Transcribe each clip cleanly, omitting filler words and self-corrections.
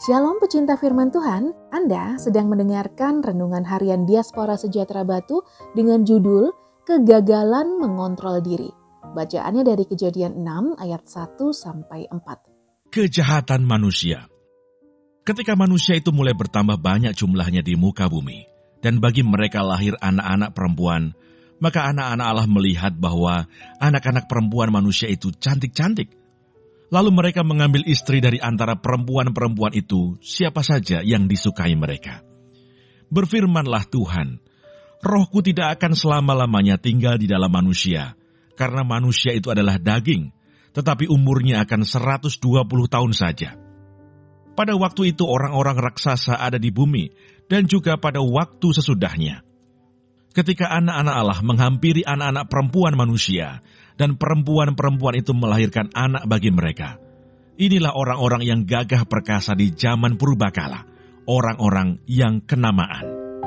Shalom pecinta firman Tuhan, Anda sedang mendengarkan Renungan Harian Diaspora Sejahtera Batu dengan judul Kegagalan Mengontrol Diri. Bacaannya dari Kejadian 6 ayat 1-4. Kejahatan manusia. Ketika manusia itu mulai bertambah banyak jumlahnya di muka bumi, dan bagi mereka lahir anak-anak perempuan, maka anak-anak Allah melihat bahwa anak-anak perempuan manusia itu cantik-cantik. Lalu mereka mengambil istri dari antara perempuan-perempuan itu, siapa saja yang disukai mereka. Berfirmanlah Tuhan, Rohku tidak akan selama-lamanya tinggal di dalam manusia, karena manusia itu adalah daging, tetapi umurnya akan 120 tahun saja. Pada waktu itu orang-orang raksasa ada di bumi, dan juga pada waktu sesudahnya. Ketika anak-anak Allah menghampiri anak-anak perempuan manusia, dan perempuan-perempuan itu melahirkan anak bagi mereka. Inilah orang-orang yang gagah perkasa di zaman purbakala, orang-orang yang kenamaan.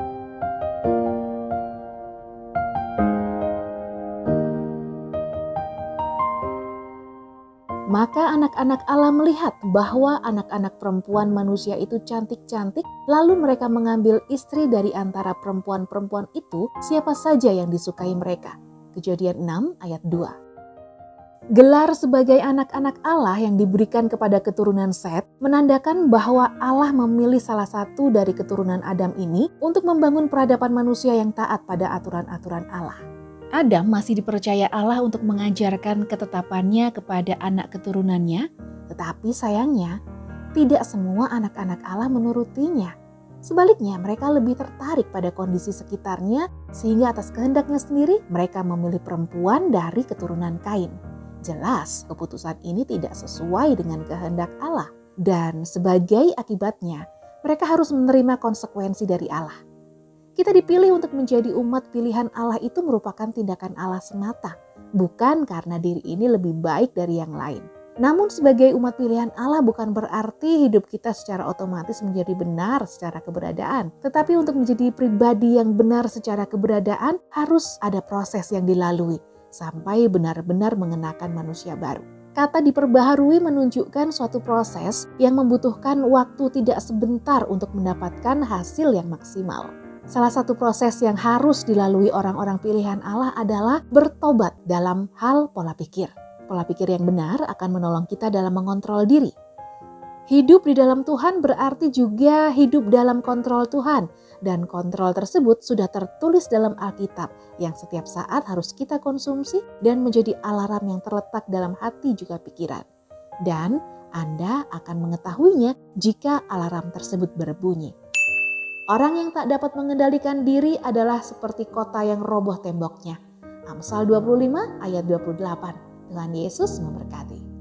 Maka anak-anak Allah melihat bahwa anak-anak perempuan manusia itu cantik-cantik, lalu mereka mengambil istri dari antara perempuan-perempuan itu, siapa saja yang disukai mereka. Kejadian 6 ayat 2. Gelar sebagai anak-anak Allah yang diberikan kepada keturunan Set menandakan bahwa Allah memilih salah satu dari keturunan Adam ini untuk membangun peradaban manusia yang taat pada aturan-aturan Allah. Adam masih dipercaya Allah untuk mengajarkan ketetapannya kepada anak keturunannya, tetapi sayangnya tidak semua anak-anak Allah menurutinya. Sebaliknya, mereka lebih tertarik pada kondisi sekitarnya sehingga atas kehendaknya sendiri mereka memilih perempuan dari keturunan Kain. Jelas, keputusan ini tidak sesuai dengan kehendak Allah dan sebagai akibatnya mereka harus menerima konsekuensi dari Allah. Kita dipilih untuk menjadi umat pilihan Allah itu merupakan tindakan Allah semata, bukan karena diri ini lebih baik dari yang lain. Namun sebagai umat pilihan Allah bukan berarti hidup kita secara otomatis menjadi benar secara keberadaan. Tetapi untuk menjadi pribadi yang benar secara keberadaan harus ada proses yang dilalui sampai benar-benar mengenakan manusia baru. Kata diperbaharui menunjukkan suatu proses yang membutuhkan waktu tidak sebentar untuk mendapatkan hasil yang maksimal. Salah satu proses yang harus dilalui orang-orang pilihan Allah adalah bertobat dalam hal pola pikir. Pola pikir yang benar akan menolong kita dalam mengontrol diri. Hidup di dalam Tuhan berarti juga hidup dalam kontrol Tuhan. Dan kontrol tersebut sudah tertulis dalam Alkitab yang setiap saat harus kita konsumsi dan menjadi alarm yang terletak dalam hati juga pikiran. Dan Anda akan mengetahuinya jika alarm tersebut berbunyi. Orang yang tak dapat mengendalikan diri adalah seperti kota yang roboh temboknya. Amsal 25 ayat 28. Tuhan Yesus memberkati.